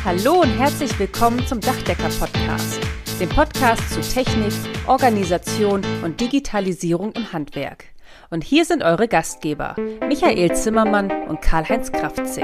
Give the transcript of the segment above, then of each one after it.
Hallo und herzlich willkommen zum Dachdecker-Podcast, dem Podcast zu Technik, Organisation und Digitalisierung im Handwerk. Und hier sind eure Gastgeber, Michael Zimmermann und Karl-Heinz Kraftzig.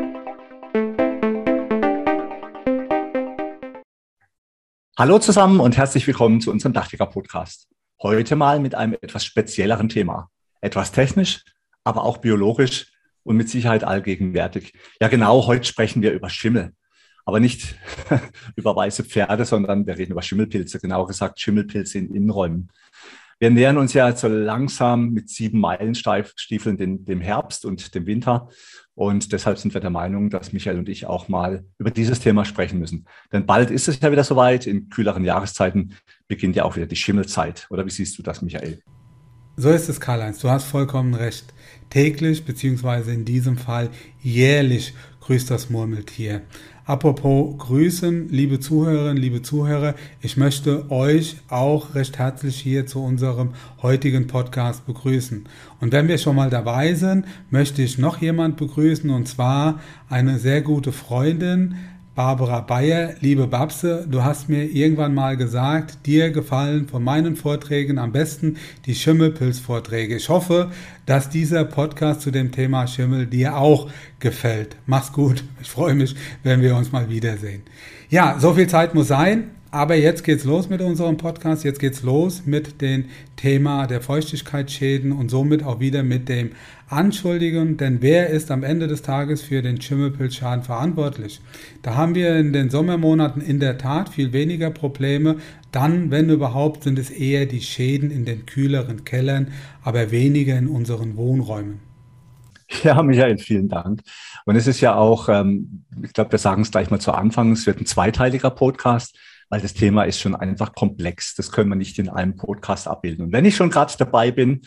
Hallo zusammen und herzlich willkommen zu unserem Dachdecker-Podcast. Heute mal mit einem etwas spezielleren Thema. Etwas technisch, aber auch biologisch und mit Sicherheit allgegenwärtig. Ja genau, heute sprechen wir über Schimmel. Aber nicht über weiße Pferde, sondern wir reden über Schimmelpilze, genauer gesagt Schimmelpilze in Innenräumen. Wir nähern uns ja so langsam mit 7-Meilen-Stiefeln dem Herbst und dem Winter. Und deshalb sind wir der Meinung, dass Michael und ich auch mal über dieses Thema sprechen müssen. Denn bald ist es ja wieder soweit. In kühleren Jahreszeiten beginnt ja auch wieder die Schimmelzeit. Oder wie siehst du das, Michael? So ist es, Karl-Heinz. Du hast vollkommen recht. Täglich beziehungsweise in diesem Fall jährlich grüßt das Murmeltier. Apropos Grüßen, liebe Zuhörerinnen, liebe Zuhörer, ich möchte euch auch recht herzlich hier zu unserem heutigen Podcast begrüßen. Und wenn wir schon mal dabei sind, möchte ich noch jemand begrüßen, und zwar eine sehr gute Freundin, Barbara Bayer. Liebe Babse, du hast mir irgendwann mal gesagt, dir gefallen von meinen Vorträgen am besten die Schimmelpilz-Vorträge. Ich hoffe, dass dieser Podcast zu dem Thema Schimmel dir auch gefällt. Mach's gut, ich freue mich, wenn wir uns mal wiedersehen. Ja, so viel Zeit muss sein. Aber jetzt geht's los mit unserem Podcast, jetzt geht's los mit dem Thema der Feuchtigkeitsschäden und somit auch wieder mit dem Anschuldigen, denn wer ist am Ende des Tages für den Schimmelpilzschaden verantwortlich? Da haben wir in den Sommermonaten in der Tat viel weniger Probleme, dann, wenn überhaupt, sind es eher die Schäden in den kühleren Kellern, aber weniger in unseren Wohnräumen. Ja, Michael, vielen Dank. Und es ist ja auch, ich glaube, wir sagen es gleich mal zu Anfang, es wird ein zweiteiliger Podcast, weil das Thema ist schon einfach komplex. Das können wir nicht in einem Podcast abbilden. Und wenn ich schon gerade dabei bin,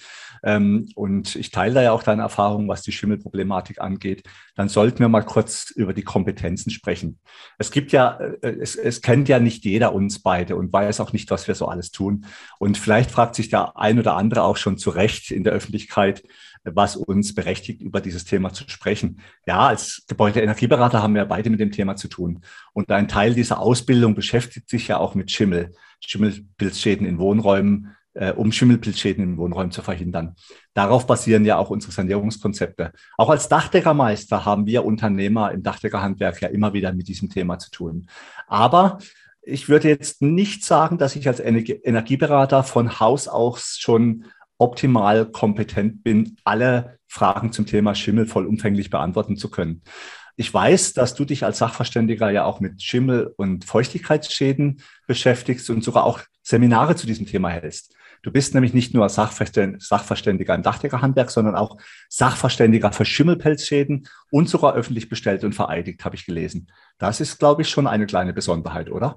und ich teile da ja auch deine Erfahrung, was die Schimmelproblematik angeht, dann sollten wir mal kurz über die Kompetenzen sprechen. Es gibt ja, es kennt ja nicht jeder uns beide und weiß auch nicht, was wir so alles tun. Und vielleicht fragt sich der ein oder andere auch schon zu Recht in der Öffentlichkeit, was uns berechtigt, über dieses Thema zu sprechen. Ja, als Gebäudeenergieberater haben wir beide mit dem Thema zu tun. Und ein Teil dieser Ausbildung beschäftigt sich ja auch mit Schimmelpilzschäden in Wohnräumen, um Schimmelpilzschäden in Wohnräumen zu verhindern. Darauf basieren ja auch unsere Sanierungskonzepte. Auch als Dachdeckermeister haben wir Unternehmer im Dachdeckerhandwerk ja immer wieder mit diesem Thema zu tun. Aber ich würde jetzt nicht sagen, dass ich als Energieberater von Haus aus schon optimal kompetent bin, alle Fragen zum Thema Schimmel vollumfänglich beantworten zu können. Ich weiß, dass du dich als Sachverständiger ja auch mit Schimmel- und Feuchtigkeitsschäden beschäftigst und sogar auch Seminare zu diesem Thema hältst. Du bist nämlich nicht nur Sachverständiger im Dachdeckerhandwerk, sondern auch Sachverständiger für Schimmelpilzschäden und sogar öffentlich bestellt und vereidigt, habe ich gelesen. Das ist, glaube ich, schon eine kleine Besonderheit, oder?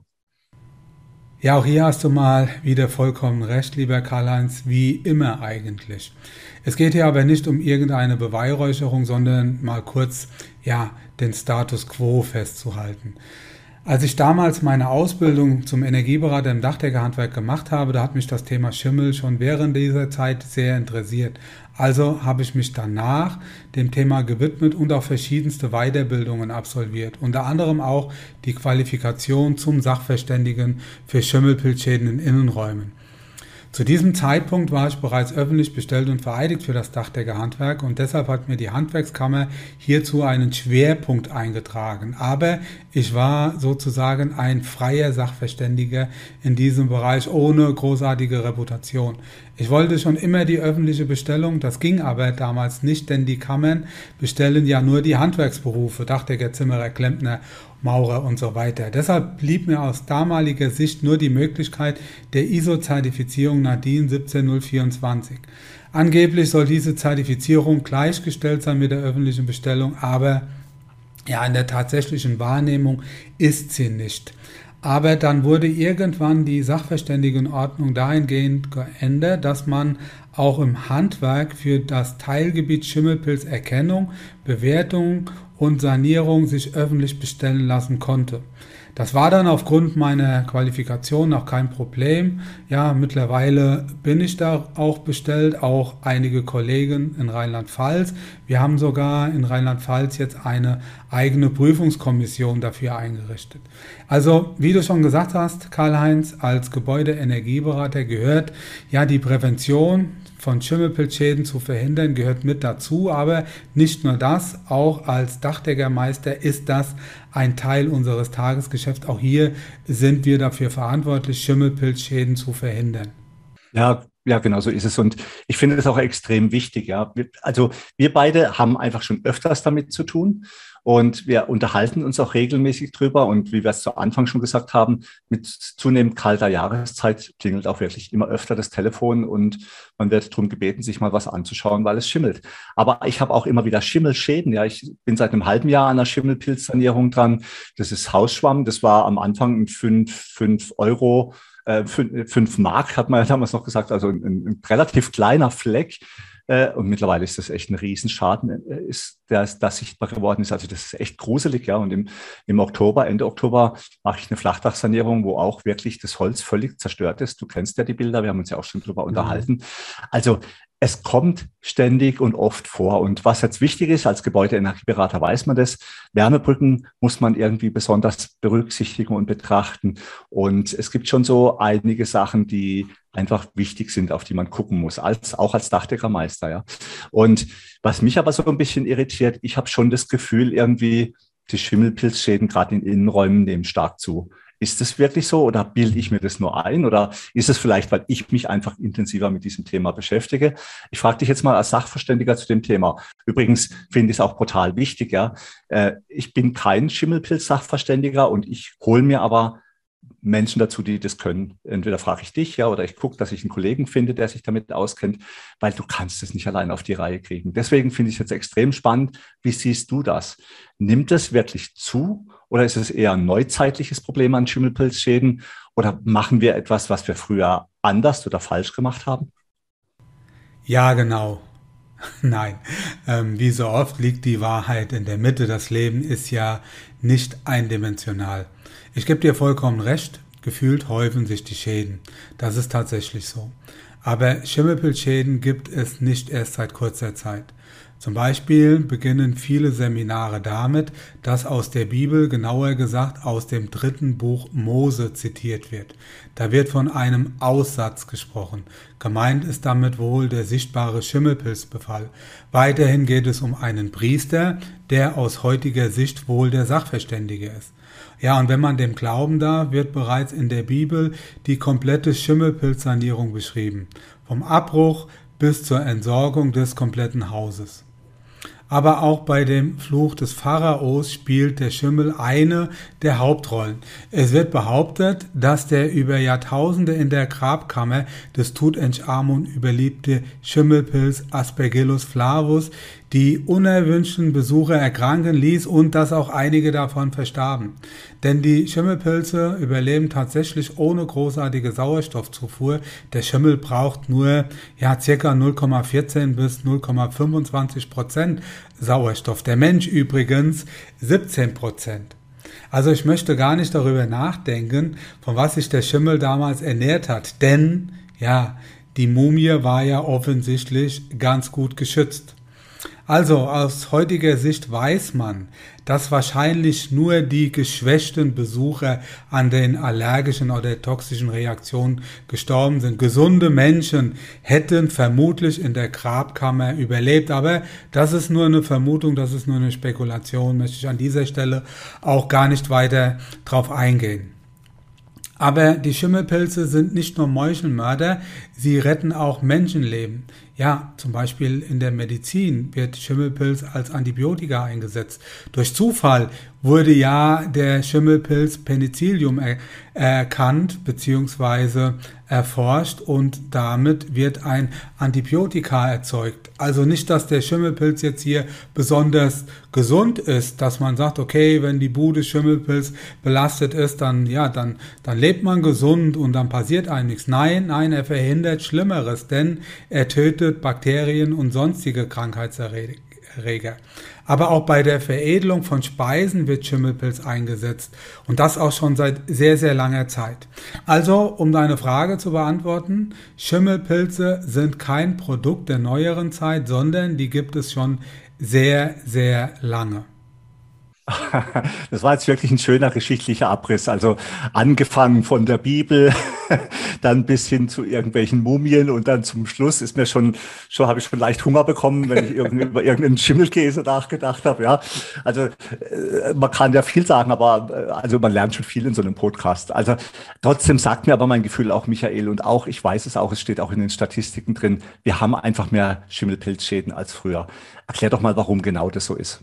Ja, auch hier hast du mal wieder vollkommen recht, lieber Karl-Heinz, wie immer eigentlich. Es geht hier aber nicht um irgendeine Beweihräucherung, sondern mal kurz, den Status quo festzuhalten. Als ich damals meine Ausbildung zum Energieberater im Dachdeckerhandwerk gemacht habe, da hat mich das Thema Schimmel schon während dieser Zeit sehr interessiert. Also habe ich mich danach dem Thema gewidmet und auch verschiedenste Weiterbildungen absolviert. Unter anderem auch die Qualifikation zum Sachverständigen für Schimmelpilzschäden in Innenräumen. Zu diesem Zeitpunkt war ich bereits öffentlich bestellt und vereidigt für das Dachdeckerhandwerk und deshalb hat mir die Handwerkskammer hierzu einen Schwerpunkt eingetragen. Aber ich war sozusagen ein freier Sachverständiger in diesem Bereich ohne großartige Reputation. Ich wollte schon immer die öffentliche Bestellung, das ging aber damals nicht, denn die Kammern bestellen ja nur die Handwerksberufe, Dachdecker, Zimmerer, Klempner, Maurer und so weiter. Deshalb blieb mir aus damaliger Sicht nur die Möglichkeit der ISO-Zertifizierung nach DIN 17024. Angeblich soll diese Zertifizierung gleichgestellt sein mit der öffentlichen Bestellung, aber in der tatsächlichen Wahrnehmung ist sie nicht. Aber dann wurde irgendwann die Sachverständigenordnung dahingehend geändert, dass man auch im Handwerk für das Teilgebiet Schimmelpilzerkennung, Bewertung und Sanierung sich öffentlich bestellen lassen konnte. Das war dann aufgrund meiner Qualifikation auch kein Problem. Ja, mittlerweile bin ich da auch bestellt, auch einige Kollegen in Rheinland-Pfalz. Wir haben sogar in Rheinland-Pfalz jetzt eine eigene Prüfungskommission dafür eingerichtet. Also, wie du schon gesagt hast, Karl-Heinz, als Gebäudeenergieberater gehört ja die Prävention von Schimmelpilzschäden zu verhindern, gehört mit dazu, aber nicht nur das, auch als Dachdeckermeister ist das ein Teil unseres Tagesgeschäfts. Auch hier sind wir dafür verantwortlich, Schimmelpilzschäden zu verhindern. Ja, genau so ist es. Und ich finde das auch extrem wichtig. Ja, also wir beide haben einfach schon öfters damit zu tun und wir unterhalten uns auch regelmäßig drüber. Und wie wir es zu Anfang schon gesagt haben, mit zunehmend kalter Jahreszeit klingelt auch wirklich immer öfter das Telefon und man wird darum gebeten, sich mal was anzuschauen, weil es schimmelt. Aber ich habe auch immer wieder Schimmelschäden. Ja, ich bin seit einem halben Jahr an der Schimmelpilzsanierung dran. Das ist Hausschwamm. Das war am Anfang ein 5 Euro. 5 Mark hat man ja damals noch gesagt, also ein relativ kleiner Fleck. Und mittlerweile ist das echt ein Riesenschaden, der sichtbar geworden ist. Also das ist echt gruselig, ja. Und im Oktober, Ende Oktober, mache ich eine Flachdachsanierung, wo auch wirklich das Holz völlig zerstört ist. Du kennst ja die Bilder, wir haben uns ja auch schon drüber unterhalten. Also es kommt ständig und oft vor. Und was jetzt wichtig ist, als Gebäudeenergieberater weiß man das, Wärmebrücken muss man irgendwie besonders berücksichtigen und betrachten. Und es gibt schon so einige Sachen, die einfach wichtig sind, auf die man gucken muss, auch als Dachdeckermeister. Ja. Und was mich aber so ein bisschen irritiert, ich habe schon das Gefühl, irgendwie die Schimmelpilzschäden gerade in Innenräumen nehmen stark zu. Ist das wirklich so oder bilde ich mir das nur ein oder ist es vielleicht, weil ich mich einfach intensiver mit diesem Thema beschäftige? Ich frage dich jetzt mal als Sachverständiger zu dem Thema. Übrigens finde ich es auch brutal wichtig. Ja, ich bin kein Schimmelpilz-Sachverständiger und ich hole mir aber Menschen dazu, die das können. Entweder frage ich dich, ja, oder ich gucke, dass ich einen Kollegen finde, der sich damit auskennt, weil du kannst es nicht allein auf die Reihe kriegen. Deswegen finde ich es jetzt extrem spannend. Wie siehst du das? Nimmt es wirklich zu oder ist es eher ein neuzeitliches Problem an Schimmelpilzschäden oder machen wir etwas, was wir früher anders oder falsch gemacht haben? Ja, genau. Nein, wie so oft liegt die Wahrheit in der Mitte. Das Leben ist ja nicht eindimensional. Ich gebe dir vollkommen recht, gefühlt häufen sich die Schäden. Das ist tatsächlich so. Aber Schimmelpilzschäden gibt es nicht erst seit kurzer Zeit. Zum Beispiel beginnen viele Seminare damit, dass aus der Bibel, genauer gesagt aus dem 3. Buch Mose zitiert wird. Da wird von einem Aussatz gesprochen. Gemeint ist damit wohl der sichtbare Schimmelpilzbefall. Weiterhin geht es um einen Priester, der aus heutiger Sicht wohl der Sachverständige ist. Ja, und wenn man dem glauben darf, wird bereits in der Bibel die komplette Schimmelpilzsanierung beschrieben. Vom Abbruch bis zur Entsorgung des kompletten Hauses. Aber auch bei dem Fluch des Pharaos spielt der Schimmel eine der Hauptrollen. Es wird behauptet, dass der über Jahrtausende in der Grabkammer des Tutanchamun überlebte Schimmelpilz Aspergillus flavus die unerwünschten Besucher erkranken ließ und dass auch einige davon verstarben. Denn die Schimmelpilze überleben tatsächlich ohne großartige Sauerstoffzufuhr. Der Schimmel braucht nur ca. 0,14 bis 0,25% Sauerstoff. Der Mensch übrigens 17%. Also ich möchte gar nicht darüber nachdenken, von was sich der Schimmel damals ernährt hat. Denn ja, die Mumie war ja offensichtlich ganz gut geschützt. Also aus heutiger Sicht weiß man, dass wahrscheinlich nur die geschwächten Besucher an den allergischen oder toxischen Reaktionen gestorben sind. Gesunde Menschen hätten vermutlich in der Grabkammer überlebt, aber das ist nur eine Vermutung, das ist nur eine Spekulation, möchte ich an dieser Stelle auch gar nicht weiter drauf eingehen. Aber die Schimmelpilze sind nicht nur Meuchelmörder, sie retten auch Menschenleben. Ja, zum Beispiel in der Medizin wird Schimmelpilz als Antibiotika eingesetzt. Durch Zufall wurde ja der Schimmelpilz Penicillium erkannt bzw. erforscht und damit wird ein Antibiotika erzeugt. Also nicht, dass der Schimmelpilz jetzt hier besonders gesund ist, dass man sagt, okay, wenn die Bude Schimmelpilz belastet ist, dann lebt man gesund und dann passiert einem nichts. Nein, er verhindert Schlimmeres, denn er tötet Bakterien und sonstige Krankheitserreger. Krebserreger. Aber auch bei der Veredelung von Speisen wird Schimmelpilz eingesetzt und das auch schon seit sehr, sehr langer Zeit. Also, um deine Frage zu beantworten, Schimmelpilze sind kein Produkt der neueren Zeit, sondern die gibt es schon sehr, sehr lange. Das war jetzt wirklich ein schöner geschichtlicher Abriss. Also angefangen von der Bibel, dann bis hin zu irgendwelchen Mumien und dann zum Schluss ist mir schon habe ich schon leicht Hunger bekommen, wenn ich über irgendeinen Schimmelkäse nachgedacht habe. Ja, also man kann ja viel sagen, aber also man lernt schon viel in so einem Podcast. Also trotzdem sagt mir aber mein Gefühl auch Michael und auch ich weiß es auch, es steht auch in den Statistiken drin. Wir haben einfach mehr Schimmelpilzschäden als früher. Erklär doch mal, warum genau das so ist.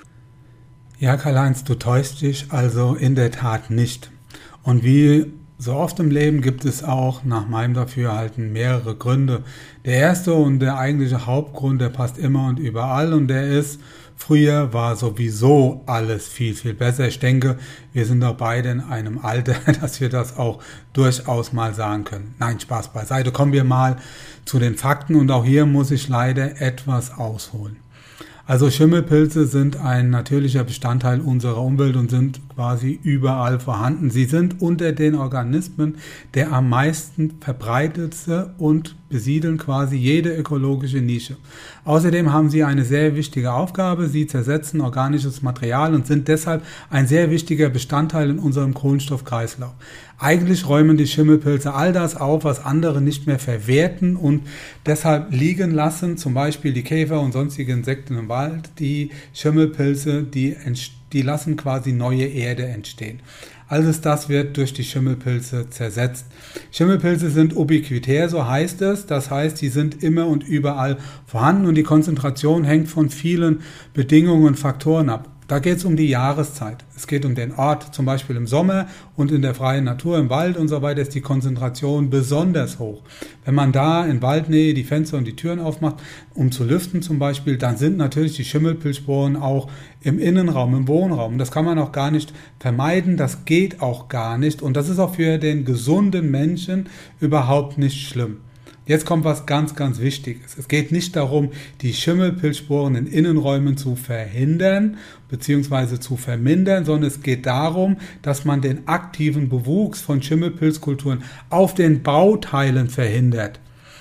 Ja, Karl-Heinz, du täuschst dich also in der Tat nicht. Und wie so oft im Leben gibt es auch nach meinem Dafürhalten mehrere Gründe. Der erste und der eigentliche Hauptgrund, der passt immer und überall und der ist, früher war sowieso alles viel, viel besser. Ich denke, wir sind doch beide in einem Alter, dass wir das auch durchaus mal sagen können. Nein, Spaß beiseite. Kommen wir mal zu den Fakten und auch hier muss ich leider etwas ausholen. Also Schimmelpilze sind ein natürlicher Bestandteil unserer Umwelt und sind quasi überall vorhanden. Sie sind unter den Organismen der am meisten verbreitetste und besiedeln quasi jede ökologische Nische. Außerdem haben sie eine sehr wichtige Aufgabe. Sie zersetzen organisches Material und sind deshalb ein sehr wichtiger Bestandteil in unserem Kohlenstoffkreislauf. Eigentlich räumen die Schimmelpilze all das auf, was andere nicht mehr verwerten und deshalb liegen lassen, zum Beispiel die Käfer und sonstige Insekten im Wald. Die Schimmelpilze, die lassen quasi neue Erde entstehen. Alles das wird durch die Schimmelpilze zersetzt. Schimmelpilze sind ubiquitär, so heißt es. Das heißt, sie sind immer und überall vorhanden und die Konzentration hängt von vielen Bedingungen und Faktoren ab. Da geht es um die Jahreszeit. Es geht um den Ort, zum Beispiel im Sommer und in der freien Natur, im Wald und so weiter ist die Konzentration besonders hoch. Wenn man da in Waldnähe die Fenster und die Türen aufmacht, um zu lüften zum Beispiel, dann sind natürlich die Schimmelpilzsporen auch im Innenraum, im Wohnraum. Das kann man auch gar nicht vermeiden, das geht auch gar nicht und das ist auch für den gesunden Menschen überhaupt nicht schlimm. Jetzt kommt was ganz, ganz Wichtiges. Es geht nicht darum, die Schimmelpilzsporen in Innenräumen zu verhindern bzw. zu vermindern, sondern es geht darum, dass man den aktiven Bewuchs von Schimmelpilzkulturen auf den Bauteilen verhindert.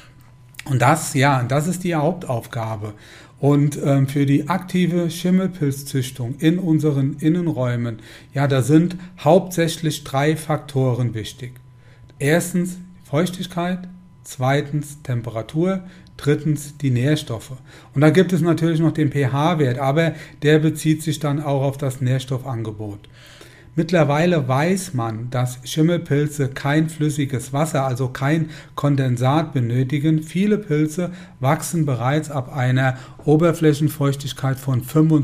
Und das ist die Hauptaufgabe. Und für die aktive Schimmelpilzzüchtung in unseren Innenräumen, da sind hauptsächlich 3 Faktoren wichtig. Erstens Feuchtigkeit. Zweitens Temperatur, drittens die Nährstoffe. Und da gibt es natürlich noch den pH-Wert, aber der bezieht sich dann auch auf das Nährstoffangebot. Mittlerweile weiß man, dass Schimmelpilze kein flüssiges Wasser, also kein Kondensat benötigen. Viele Pilze wachsen bereits ab einer Oberflächenfeuchtigkeit von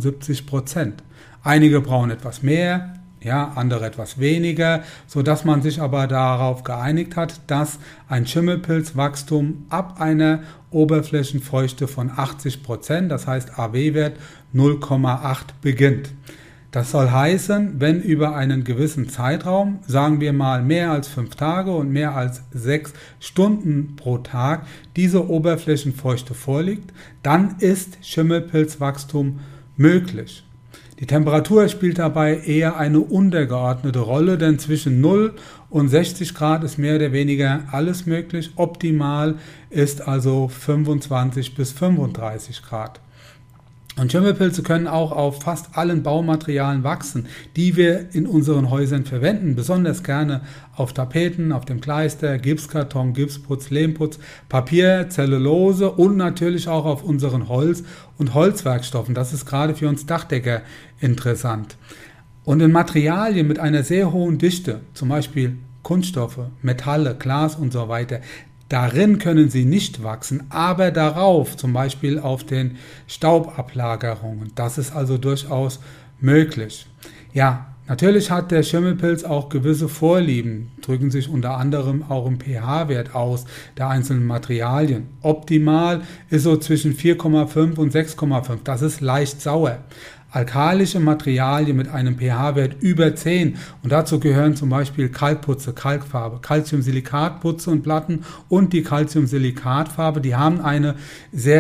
75%. Einige brauchen etwas mehr, andere etwas weniger, sodass man sich aber darauf geeinigt hat, dass ein Schimmelpilzwachstum ab einer Oberflächenfeuchte von 80%, das heißt AW-Wert 0,8 beginnt. Das soll heißen, wenn über einen gewissen Zeitraum, sagen wir mal mehr als 5 Tage und mehr als 6 Stunden pro Tag, diese Oberflächenfeuchte vorliegt, dann ist Schimmelpilzwachstum möglich. Die Temperatur spielt dabei eher eine untergeordnete Rolle, denn zwischen 0 und 60 Grad ist mehr oder weniger alles möglich. Optimal ist also 25 bis 35 Grad. Und Schimmelpilze können auch auf fast allen Baumaterialien wachsen, die wir in unseren Häusern verwenden. Besonders gerne auf Tapeten, auf dem Kleister, Gipskarton, Gipsputz, Lehmputz, Papier, Zellulose und natürlich auch auf unseren Holz- und Holzwerkstoffen. Das ist gerade für uns Dachdecker interessant. Und in Materialien mit einer sehr hohen Dichte, zum Beispiel Kunststoffe, Metalle, Glas und so weiter, darin können sie nicht wachsen, aber darauf, zum Beispiel auf den Staubablagerungen. Das ist also durchaus möglich. Natürlich hat der Schimmelpilz auch gewisse Vorlieben, drücken sich unter anderem auch im pH-Wert aus der einzelnen Materialien. Optimal ist so zwischen 4,5 und 6,5. Das ist leicht sauer. Alkalische Materialien mit einem pH-Wert über 10 und dazu gehören zum Beispiel Kalkputze, Kalkfarbe, Calciumsilikatputze und Platten und die Calciumsilikatfarbe, die haben eine sehr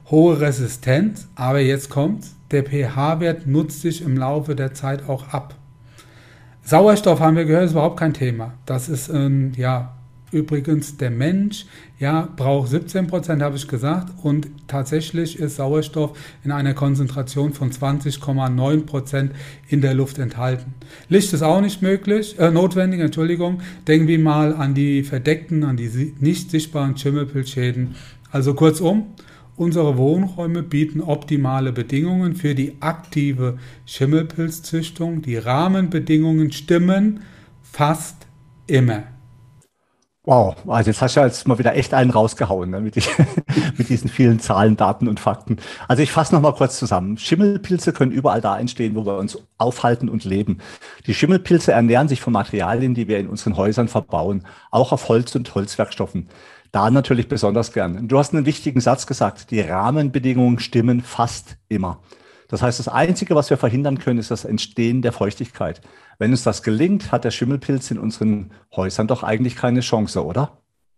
hohe Resistenz, aber jetzt kommt's, der pH-Wert nutzt sich im Laufe der Zeit auch ab. Sauerstoff, haben wir gehört, ist überhaupt kein Thema. Das ist, übrigens der Mensch, braucht 17%, habe ich gesagt, und tatsächlich ist Sauerstoff in einer Konzentration von 20,9% in der Luft enthalten. Licht ist auch nicht notwendig. Denken wir mal an die verdeckten, an die nicht sichtbaren Schimmelpilzschäden. Also kurzum, unsere Wohnräume bieten optimale Bedingungen für die aktive Schimmelpilzzüchtung. Die Rahmenbedingungen stimmen fast immer. Wow, also jetzt hast du jetzt mal wieder echt einen rausgehauen, ne, mit diesen vielen Zahlen, Daten und Fakten. Also ich fasse nochmal kurz zusammen. Schimmelpilze können überall da entstehen, wo wir uns aufhalten und leben. Die Schimmelpilze ernähren sich von Materialien, die wir in unseren Häusern verbauen, auch auf Holz und Holzwerkstoffen. Da natürlich besonders gern. Du hast einen wichtigen Satz gesagt, die Rahmenbedingungen stimmen fast immer. Das heißt, das Einzige, was wir verhindern können, ist das Entstehen der Feuchtigkeit. Wenn uns das gelingt, hat der Schimmelpilz in unseren Häusern doch eigentlich keine Chance, oder?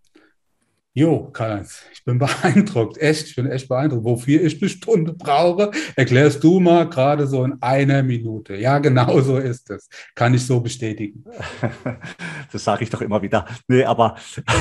Jo, Karl-Heinz, ich bin beeindruckt, ich bin echt beeindruckt. Wofür ich eine Stunde brauche, erklärst du mal gerade so in einer Minute. Ja, genau so ist es. Kann ich so bestätigen. Das sage ich doch immer wieder. Nee, aber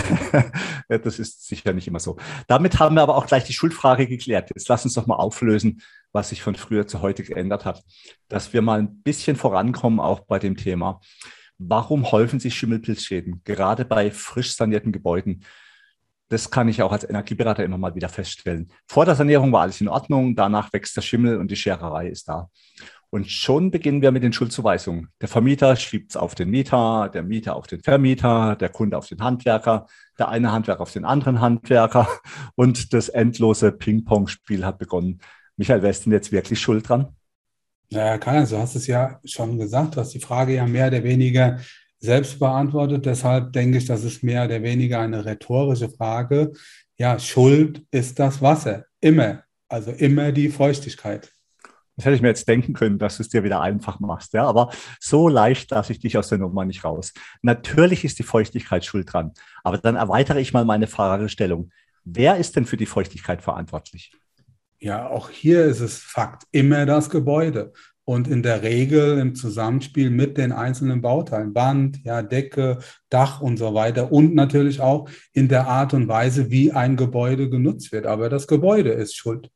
das ist sicher nicht immer so. Damit haben wir aber auch gleich die Schuldfrage geklärt. Jetzt lass uns doch mal auflösen, was sich von früher zu heute geändert hat. Dass wir mal ein bisschen vorankommen, auch bei dem Thema. Warum häufen sich Schimmelpilzschäden, gerade bei frisch sanierten Gebäuden? Das kann ich auch als Energieberater immer mal wieder feststellen. Vor der Sanierung war alles in Ordnung, danach wächst der Schimmel und die Schererei ist da. Und schon beginnen wir mit den Schuldzuweisungen. Der Vermieter schiebt es auf den Mieter, der Mieter auf den Vermieter, der Kunde auf den Handwerker, der eine Handwerker auf den anderen Handwerker und das endlose Ping-Pong-Spiel hat begonnen. Michael, wer ist denn jetzt wirklich schuld dran? Naja, Karl-Heinz, du hast es ja schon gesagt, du hast die Frage ja mehr oder weniger selbst beantwortet. Deshalb denke ich, das ist mehr oder weniger eine rhetorische Frage. Ja, Schuld ist das Wasser. Immer. Also immer die Feuchtigkeit. Das hätte ich mir jetzt denken können, dass du es dir wieder einfach machst. Ja, aber so leicht lasse ich dich aus der Nummer nicht raus. Natürlich ist die Feuchtigkeit schuld dran. Aber dann erweitere ich mal meine Fragestellung. Wer ist denn für die Feuchtigkeit verantwortlich? Ja, auch hier ist es Fakt. Immer das Gebäude. Und in der Regel im Zusammenspiel mit den einzelnen Bauteilen, Wand, Decke, Dach und so weiter und natürlich auch in der Art und Weise, wie ein Gebäude genutzt wird. Aber das Gebäude ist schuld.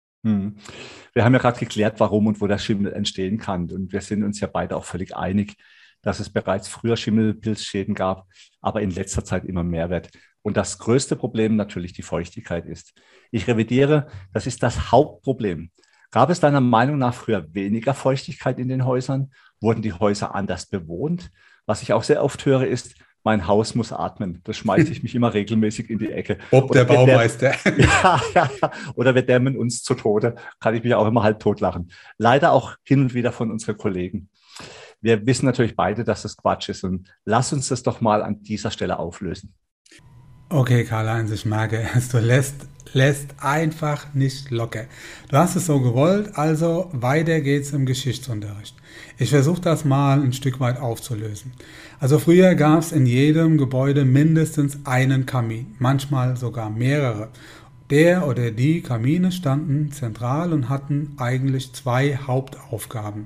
Wir haben ja gerade geklärt, warum und wo der Schimmel entstehen kann. Und wir sind uns ja beide auch völlig einig, dass es bereits früher Schimmelpilzschäden gab, aber in letzter Zeit immer mehr wird. Und das größte Problem natürlich die Feuchtigkeit ist. Ich revidiere, das ist das Hauptproblem. Gab es deiner Meinung nach früher weniger Feuchtigkeit in den Häusern? Wurden die Häuser anders bewohnt? Was ich auch sehr oft höre, ist, mein Haus muss atmen. Das schmeiße ich mich immer regelmäßig in die Ecke. Ob der Baumeister. Ja. Oder wir dämmen uns zu Tode. Kann ich mich auch immer halb tot lachen. Leider auch hin und wieder von unseren Kollegen. Wir wissen natürlich beide, dass das Quatsch ist. Und lass uns das doch mal an dieser Stelle auflösen. Okay, Karl-Heinz, ich merke es. Du lässt einfach nicht locker. Du hast es so gewollt, also weiter geht's im Geschichtsunterricht. Ich versuche das mal ein Stück weit aufzulösen. Also früher gab es in jedem Gebäude mindestens einen Kamin, manchmal sogar mehrere. Der oder die Kamine standen zentral und hatten eigentlich zwei Hauptaufgaben.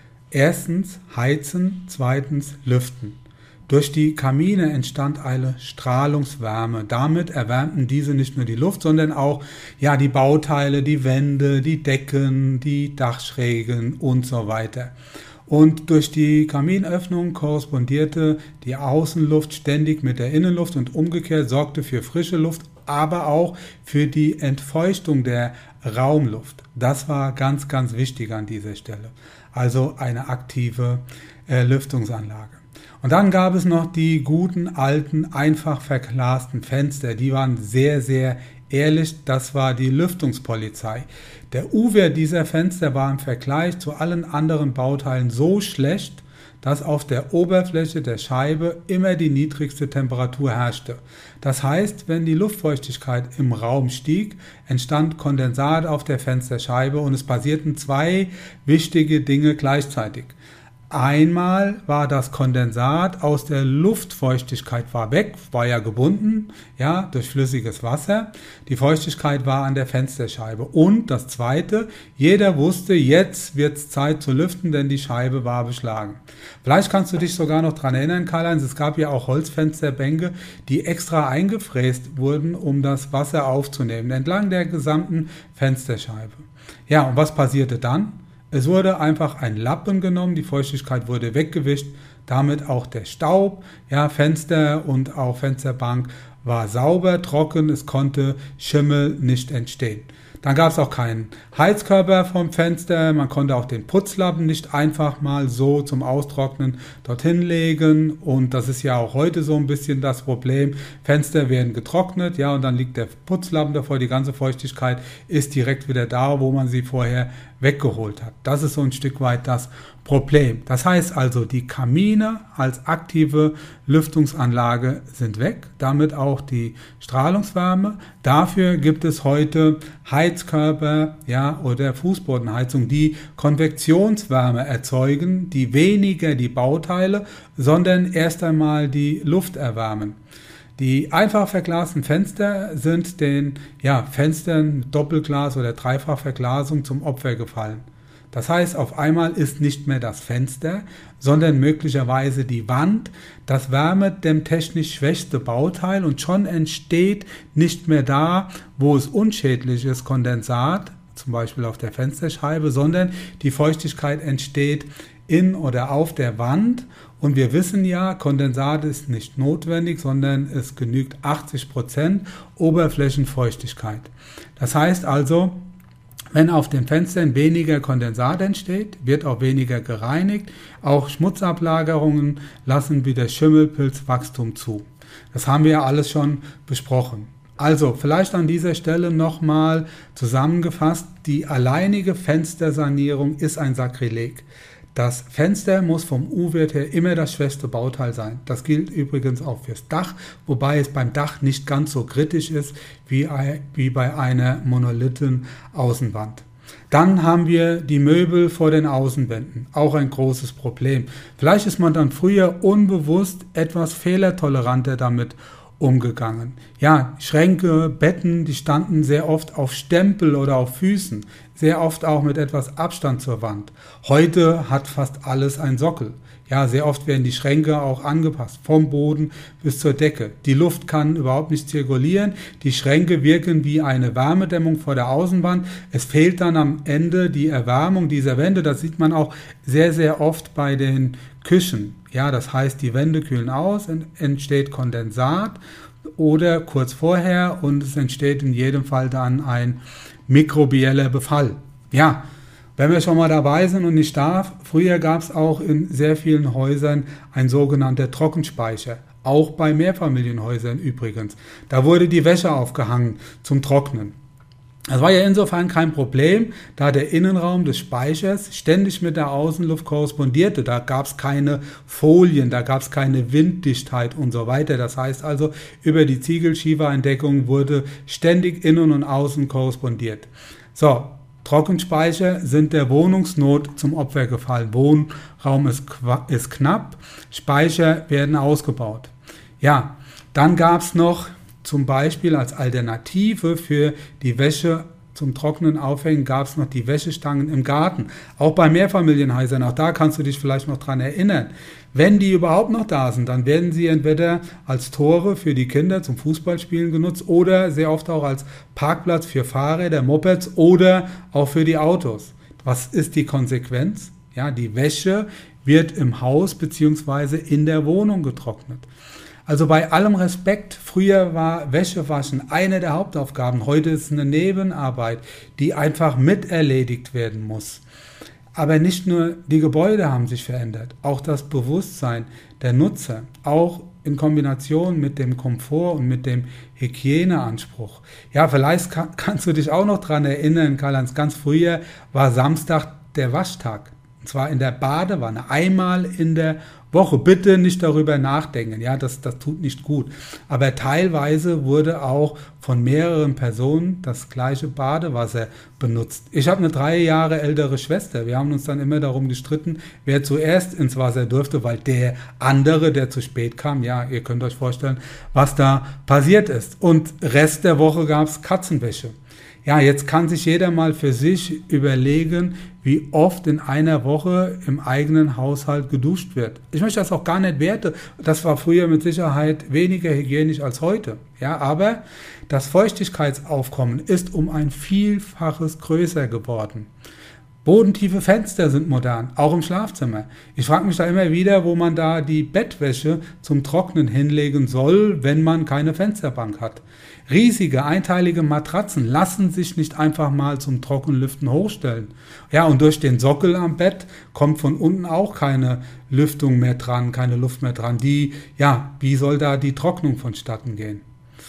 Erstens heizen, zweitens lüften. Durch die Kamine entstand eine Strahlungswärme. Damit erwärmten diese nicht nur die Luft, sondern auch die Bauteile, die Wände, die Decken, die Dachschrägen und so weiter. Und durch die Kaminöffnung korrespondierte die Außenluft ständig mit der Innenluft und umgekehrt sorgte für frische Luft, aber auch für die Entfeuchtung der Raumluft. Das war ganz, ganz wichtig an dieser Stelle. Also eine aktive Lüftungsanlage. Und dann gab es noch die guten, alten, einfach verglasten Fenster. Die waren sehr, sehr ehrlich. Das war die Lüftungspolizei. Der U-Wert dieser Fenster war im Vergleich zu allen anderen Bauteilen so schlecht, dass auf der Oberfläche der Scheibe immer die niedrigste Temperatur herrschte. Das heißt, wenn die Luftfeuchtigkeit im Raum stieg, entstand Kondensat auf der Fensterscheibe und es passierten zwei wichtige Dinge gleichzeitig. Einmal war das Kondensat aus der Luftfeuchtigkeit war weg, war ja gebunden, ja, durch flüssiges Wasser. Die Feuchtigkeit war an der Fensterscheibe. Und das Zweite, jeder wusste, jetzt wird es Zeit zu lüften, denn die Scheibe war beschlagen. Vielleicht kannst du dich sogar noch daran erinnern, Karl-Heinz, es gab ja auch Holzfensterbänke, die extra eingefräst wurden, um das Wasser aufzunehmen, entlang der gesamten Fensterscheibe. Ja, und was passierte dann? Es wurde einfach ein Lappen genommen, die Feuchtigkeit wurde weggewischt, damit auch der Staub, ja, Fenster und auch Fensterbank war sauber, trocken, es konnte Schimmel nicht entstehen. Dann gab es auch keinen Heizkörper vom Fenster, man konnte auch den Putzlappen nicht einfach mal so zum Austrocknen dorthin legen und das ist ja auch heute so ein bisschen das Problem. Fenster werden getrocknet, ja, und dann liegt der Putzlappen davor, die ganze Feuchtigkeit ist direkt wieder da, wo man sie vorher weggeholt hat. Das ist so ein Stück weit das Problem. Das heißt also, die Kamine als aktive Lüftungsanlage sind weg, damit auch die Strahlungswärme. Dafür gibt es heute Heizkörper, ja, oder Fußbodenheizung, die Konvektionswärme erzeugen, die weniger die Bauteile, sondern erst einmal die Luft erwärmen. Die einfach verglasten Fenster sind den Fenstern mit Doppelglas oder Dreifachverglasung zum Opfer gefallen. Das heißt, auf einmal ist nicht mehr das Fenster, sondern möglicherweise die Wand das wärmedämmtechnisch schwächste Bauteil und schon entsteht nicht mehr da, wo es unschädlich ist, Kondensat, zum Beispiel auf der Fensterscheibe, sondern die Feuchtigkeit entsteht in oder auf der Wand. Und wir wissen ja, Kondensat ist nicht notwendig, sondern es genügt 80% Oberflächenfeuchtigkeit. Das heißt also, wenn auf den Fenstern weniger Kondensat entsteht, wird auch weniger gereinigt. Auch Schmutzablagerungen lassen wieder Schimmelpilzwachstum zu. Das haben wir ja alles schon besprochen. Also vielleicht an dieser Stelle nochmal zusammengefasst, die alleinige Fenstersanierung ist ein Sakrileg. Das Fenster muss vom U-Wert her immer das schwächste Bauteil sein. Das gilt übrigens auch fürs Dach, wobei es beim Dach nicht ganz so kritisch ist wie bei einer Monolithen-Außenwand. Dann haben wir die Möbel vor den Außenwänden, auch ein großes Problem. Vielleicht ist man dann früher unbewusst etwas fehlertoleranter damit umgegangen. Ja, Schränke, Betten, die standen sehr oft auf Stempel oder auf Füßen, sehr oft auch mit etwas Abstand zur Wand. Heute hat fast alles einen Sockel. Ja, sehr oft werden die Schränke auch angepasst, vom Boden bis zur Decke. Die Luft kann überhaupt nicht zirkulieren. Die Schränke wirken wie eine Wärmedämmung vor der Außenwand. Es fehlt dann am Ende die Erwärmung dieser Wände. Das sieht man auch sehr, sehr oft bei den Küchen. Ja, das heißt, die Wände kühlen aus, entsteht Kondensat oder kurz vorher und es entsteht in jedem Fall dann ein mikrobieller Befall. Ja, wenn wir schon mal dabei sind und nicht darf, früher gab es auch in sehr vielen Häusern ein sogenannter Trockenspeicher. Auch bei Mehrfamilienhäusern übrigens. Da wurde die Wäsche aufgehangen zum Trocknen. Das war ja insofern kein Problem, da der Innenraum des Speichers ständig mit der Außenluft korrespondierte. Da gab es keine Folien, da gab es keine Winddichtheit und so weiter. Das heißt also, über die Ziegel-Schiefereindeckung wurde ständig innen und außen korrespondiert. So, Trockenspeicher sind der Wohnungsnot zum Opfer gefallen. Wohnraum ist knapp, Speicher werden ausgebaut. Ja, dann gab es noch zum Beispiel als Alternative für die Wäsche zum trockenen Aufhängen gab es noch die Wäschestangen im Garten. Auch bei Mehrfamilienhäusern, auch da kannst du dich vielleicht noch dran erinnern. Wenn die überhaupt noch da sind, dann werden sie entweder als Tore für die Kinder zum Fußballspielen genutzt oder sehr oft auch als Parkplatz für Fahrräder, Mopeds oder auch für die Autos. Was ist die Konsequenz? Ja, die Wäsche wird im Haus bzw. in der Wohnung getrocknet. Also bei allem Respekt, früher war Wäschewaschen eine der Hauptaufgaben, heute ist es eine Nebenarbeit, die einfach miterledigt werden muss. Aber nicht nur die Gebäude haben sich verändert, auch das Bewusstsein der Nutzer, auch in Kombination mit dem Komfort und mit dem Hygieneanspruch. Ja, vielleicht kannst du dich auch noch dran erinnern, Karl-Heinz, ganz früher war Samstag der Waschtag. zwar in der Badewanne, einmal in der Woche. Bitte nicht darüber nachdenken, ja, das tut nicht gut. Aber teilweise wurde auch von mehreren Personen das gleiche Badewasser benutzt. Ich habe eine 3 Jahre ältere Schwester. Wir haben uns dann immer darum gestritten, wer zuerst ins Wasser durfte, weil der andere, der zu spät kam, ja, ihr könnt euch vorstellen, was da passiert ist. Und Rest der Woche gab es Katzenwäsche. Ja, jetzt kann sich jeder mal für sich überlegen, wie oft in einer Woche im eigenen Haushalt geduscht wird. Ich möchte das auch gar nicht werten. Das war früher mit Sicherheit weniger hygienisch als heute. Ja, aber das Feuchtigkeitsaufkommen ist um ein Vielfaches größer geworden. Bodentiefe Fenster sind modern, auch im Schlafzimmer. Ich frage mich da immer wieder, wo man da die Bettwäsche zum Trocknen hinlegen soll, wenn man keine Fensterbank hat. Riesige, einteilige Matratzen lassen sich nicht einfach mal zum Trockenlüften hochstellen. Ja, und durch den Sockel am Bett kommt von unten auch keine Lüftung mehr dran, keine Luft mehr dran. Wie soll da die Trocknung vonstatten gehen?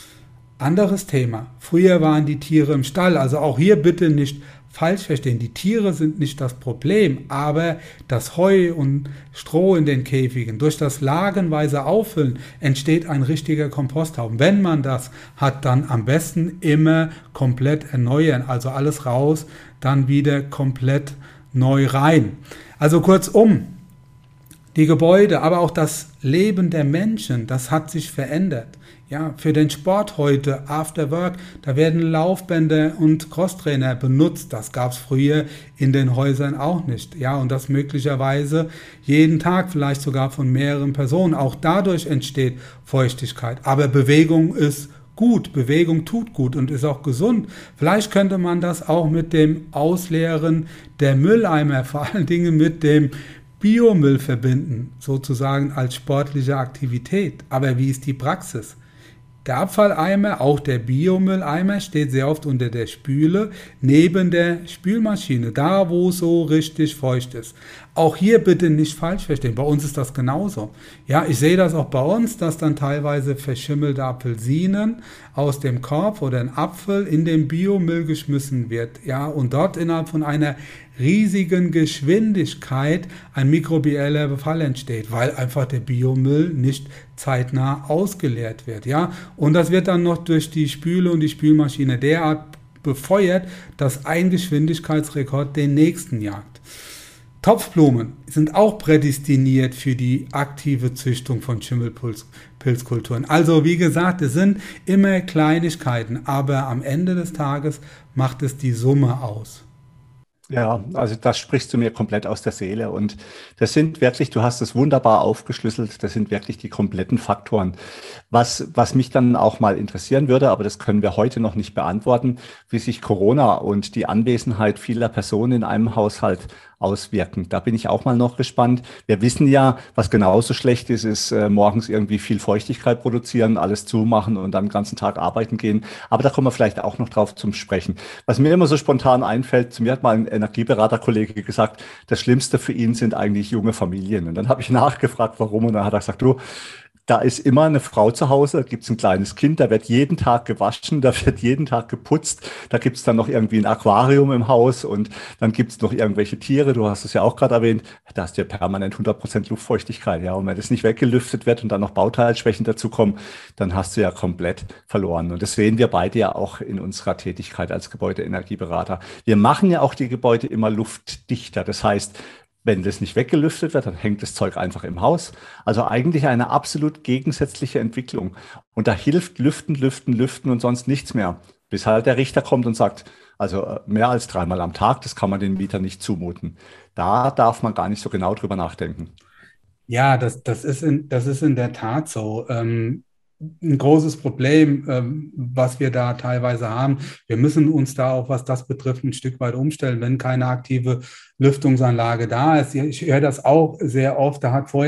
Anderes Thema. Früher waren die Tiere im Stall, also auch hier bitte nicht falsch verstehen. Die Tiere sind nicht das Problem, aber das Heu und Stroh in den Käfigen, durch das lagenweise Auffüllen entsteht ein richtiger Komposthaufen. Wenn man das hat, dann am besten immer komplett erneuern, also alles raus, dann wieder komplett neu rein. Also kurzum, die Gebäude, aber auch das Leben der Menschen, das hat sich verändert. Ja, für den Sport heute, After Work, da werden Laufbänder und Crosstrainer benutzt. Das gab es früher in den Häusern auch nicht. Ja, und das möglicherweise jeden Tag, vielleicht sogar von mehreren Personen. Auch dadurch entsteht Feuchtigkeit. Aber Bewegung ist gut, Bewegung tut gut und ist auch gesund. Vielleicht könnte man das auch mit dem Ausleeren der Mülleimer, vor allen Dingen mit dem Biomüll verbinden, sozusagen als sportliche Aktivität. Aber wie ist die Praxis? Der Abfalleimer, auch der Biomülleimer, steht sehr oft unter der Spüle, neben der Spülmaschine, da wo so richtig feucht ist. Auch hier bitte nicht falsch verstehen, bei uns ist das genauso. Ja, ich sehe das auch bei uns, dass dann teilweise verschimmelte Apfelsinen aus dem Korb oder ein Apfel in den Biomüll geschmissen wird. Ja, und dort innerhalb von einer riesigen Geschwindigkeit ein mikrobieller Befall entsteht, weil einfach der Biomüll nicht zeitnah ausgeleert wird. Ja? Und das wird dann noch durch die Spüle und die Spülmaschine derart befeuert, dass ein Geschwindigkeitsrekord den nächsten jagt. Topfblumen sind auch prädestiniert für die aktive Züchtung von Schimmelpilzkulturen. Also wie gesagt, es sind immer Kleinigkeiten, aber am Ende des Tages macht es die Summe aus. Ja, also das sprichst du mir komplett aus der Seele und das sind wirklich, du hast es wunderbar aufgeschlüsselt, das sind wirklich die kompletten Faktoren. Was mich dann auch mal interessieren würde, aber das können wir heute noch nicht beantworten, wie sich Corona und die Anwesenheit vieler Personen in einem Haushalt auswirken. Da bin ich auch mal noch gespannt. Wir wissen ja, was genauso schlecht ist morgens irgendwie viel Feuchtigkeit produzieren, alles zumachen und dann den ganzen Tag arbeiten gehen. Aber da kommen wir vielleicht auch noch drauf zum Sprechen. Was mir immer so spontan einfällt, zu mir hat mal ein Energieberaterkollege gesagt, das Schlimmste für ihn sind eigentlich junge Familien. Und dann habe ich nachgefragt, warum. Und dann hat er gesagt, du, da ist immer eine Frau zu Hause, da gibt es ein kleines Kind, da wird jeden Tag gewaschen, da wird jeden Tag geputzt, da gibt es dann noch irgendwie ein Aquarium im Haus und dann gibt es noch irgendwelche Tiere, du hast es ja auch gerade erwähnt, da hast du ja permanent 100% Luftfeuchtigkeit, ja, und wenn das nicht weggelüftet wird und dann noch Bauteilschwächen dazukommen, dann hast du ja komplett verloren. Und das sehen wir beide ja auch in unserer Tätigkeit als Gebäudeenergieberater. Wir machen ja auch die Gebäude immer luftdichter, das heißt, wenn das nicht weggelüftet wird, dann hängt das Zeug einfach im Haus. Also eigentlich eine absolut gegensätzliche Entwicklung. Und da hilft Lüften, Lüften, Lüften und sonst nichts mehr. Bis halt der Richter kommt und sagt, also mehr als 3-mal am Tag, das kann man den Mietern nicht zumuten. Da darf man gar nicht so genau drüber nachdenken. Ja, das ist in der Tat so. Ein großes Problem, was wir da teilweise haben. Wir müssen uns da auch, was das betrifft, ein Stück weit umstellen, wenn keine aktive Lüftungsanlage da ist. Ich höre das auch sehr oft.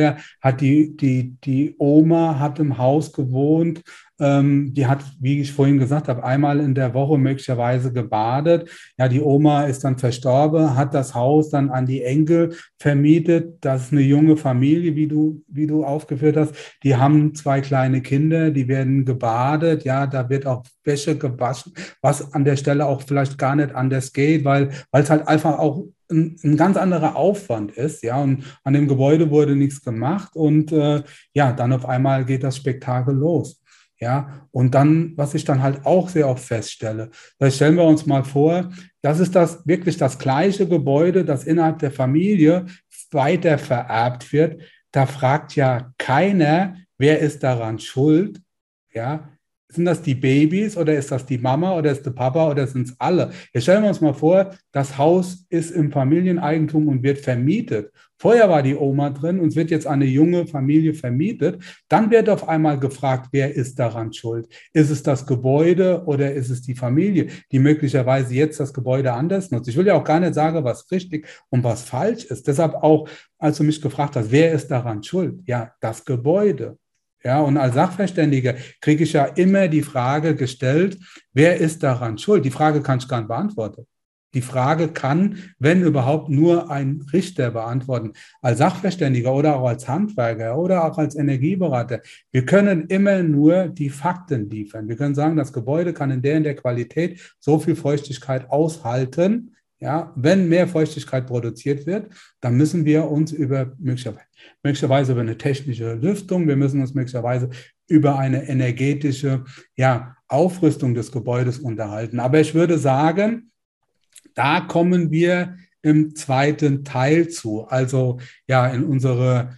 Die Oma hat im Haus gewohnt. Die hat, wie ich vorhin gesagt habe, einmal in der Woche möglicherweise gebadet. Ja, die Oma ist dann verstorben, hat das Haus dann an die Enkel vermietet. Das ist eine junge Familie, wie du aufgeführt hast. Die haben 2 kleine Kinder, die werden gebadet. Ja, da wird auch Wäsche gewaschen, was an der Stelle auch vielleicht gar nicht anders geht, weil es halt einfach auch ein ganz anderer Aufwand ist, ja, und an dem Gebäude wurde nichts gemacht und ja, dann auf einmal geht das Spektakel los, ja, und dann, was ich dann halt auch sehr oft feststelle, da stellen wir uns mal vor, das ist das wirklich das gleiche Gebäude, das innerhalb der Familie weiter vererbt wird, da fragt ja keiner, wer ist daran schuld, ja, sind das die Babys oder ist das die Mama oder ist der Papa oder sind es alle? Jetzt stellen wir uns mal vor, das Haus ist im Familieneigentum und wird vermietet. Vorher war die Oma drin und es wird jetzt an eine junge Familie vermietet. Dann wird auf einmal gefragt, wer ist daran schuld? Ist es das Gebäude oder ist es die Familie, die möglicherweise jetzt das Gebäude anders nutzt? Ich will ja auch gar nicht sagen, was richtig und was falsch ist. Deshalb auch, als du mich gefragt hast, wer ist daran schuld? Ja, das Gebäude. Ja, und als Sachverständiger kriege ich ja immer die Frage gestellt, wer ist daran schuld? Die Frage kann ich gar nicht beantworten. Die Frage kann, wenn überhaupt, nur ein Richter beantworten. Als Sachverständiger oder auch als Handwerker oder auch als Energieberater. Wir können immer nur die Fakten liefern. Wir können sagen, das Gebäude kann in der Qualität so viel Feuchtigkeit aushalten. Ja, wenn mehr Feuchtigkeit produziert wird, dann müssen wir uns möglicherweise über eine technische Lüftung, wir müssen uns möglicherweise über eine energetische Aufrüstung des Gebäudes unterhalten. Aber ich würde sagen, da kommen wir im zweiten Teil zu, also in unsere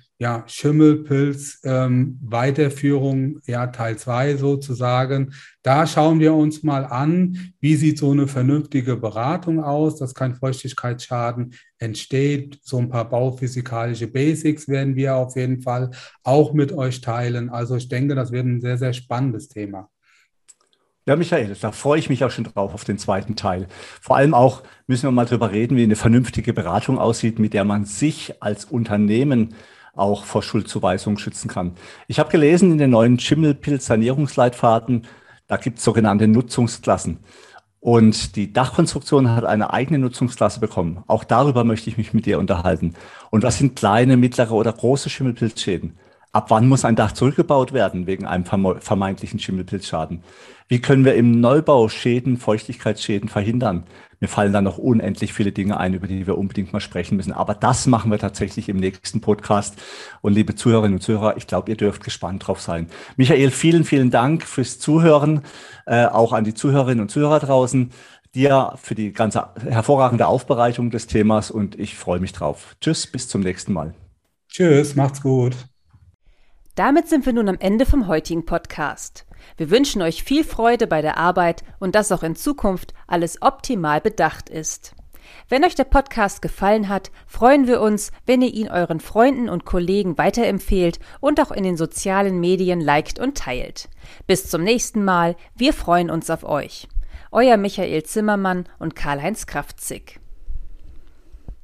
Schimmelpilz-Weiterführung, Teil 2 sozusagen. Da schauen wir uns mal an, wie sieht so eine vernünftige Beratung aus, dass kein Feuchtigkeitsschaden entsteht. So ein paar bauphysikalische Basics werden wir auf jeden Fall auch mit euch teilen. Also ich denke, das wird ein sehr, sehr spannendes Thema. Ja, Michael, da freue ich mich auch schon drauf auf den zweiten Teil. Vor allem auch müssen wir mal drüber reden, wie eine vernünftige Beratung aussieht, mit der man sich als Unternehmen auch vor Schuldzuweisungen schützen kann. Ich habe gelesen in den neuen Schimmelpilz-Sanierungsleitfaden, da gibt es sogenannte Nutzungsklassen. Und die Dachkonstruktion hat eine eigene Nutzungsklasse bekommen. Auch darüber möchte ich mich mit dir unterhalten. Und was sind kleine, mittlere oder große Schimmelpilzschäden? Ab wann muss ein Dach zurückgebaut werden wegen einem vermeintlichen Schimmelpilzschaden? Wie können wir im Neubau Schäden, Feuchtigkeitsschäden verhindern? Mir fallen da noch unendlich viele Dinge ein, über die wir unbedingt mal sprechen müssen. Aber das machen wir tatsächlich im nächsten Podcast. Und liebe Zuhörerinnen und Zuhörer, ich glaube, ihr dürft gespannt drauf sein. Michael, vielen, vielen Dank fürs Zuhören, auch an die Zuhörerinnen und Zuhörer draußen. Dir für die ganze hervorragende Aufbereitung des Themas und ich freue mich drauf. Tschüss, bis zum nächsten Mal. Tschüss, macht's gut. Damit sind wir nun am Ende vom heutigen Podcast. Wir wünschen euch viel Freude bei der Arbeit und dass auch in Zukunft alles optimal bedacht ist. Wenn euch der Podcast gefallen hat, freuen wir uns, wenn ihr ihn euren Freunden und Kollegen weiterempfehlt und auch in den sozialen Medien liked und teilt. Bis zum nächsten Mal, wir freuen uns auf euch. Euer Michael Zimmermann und Karl-Heinz Kraftzig.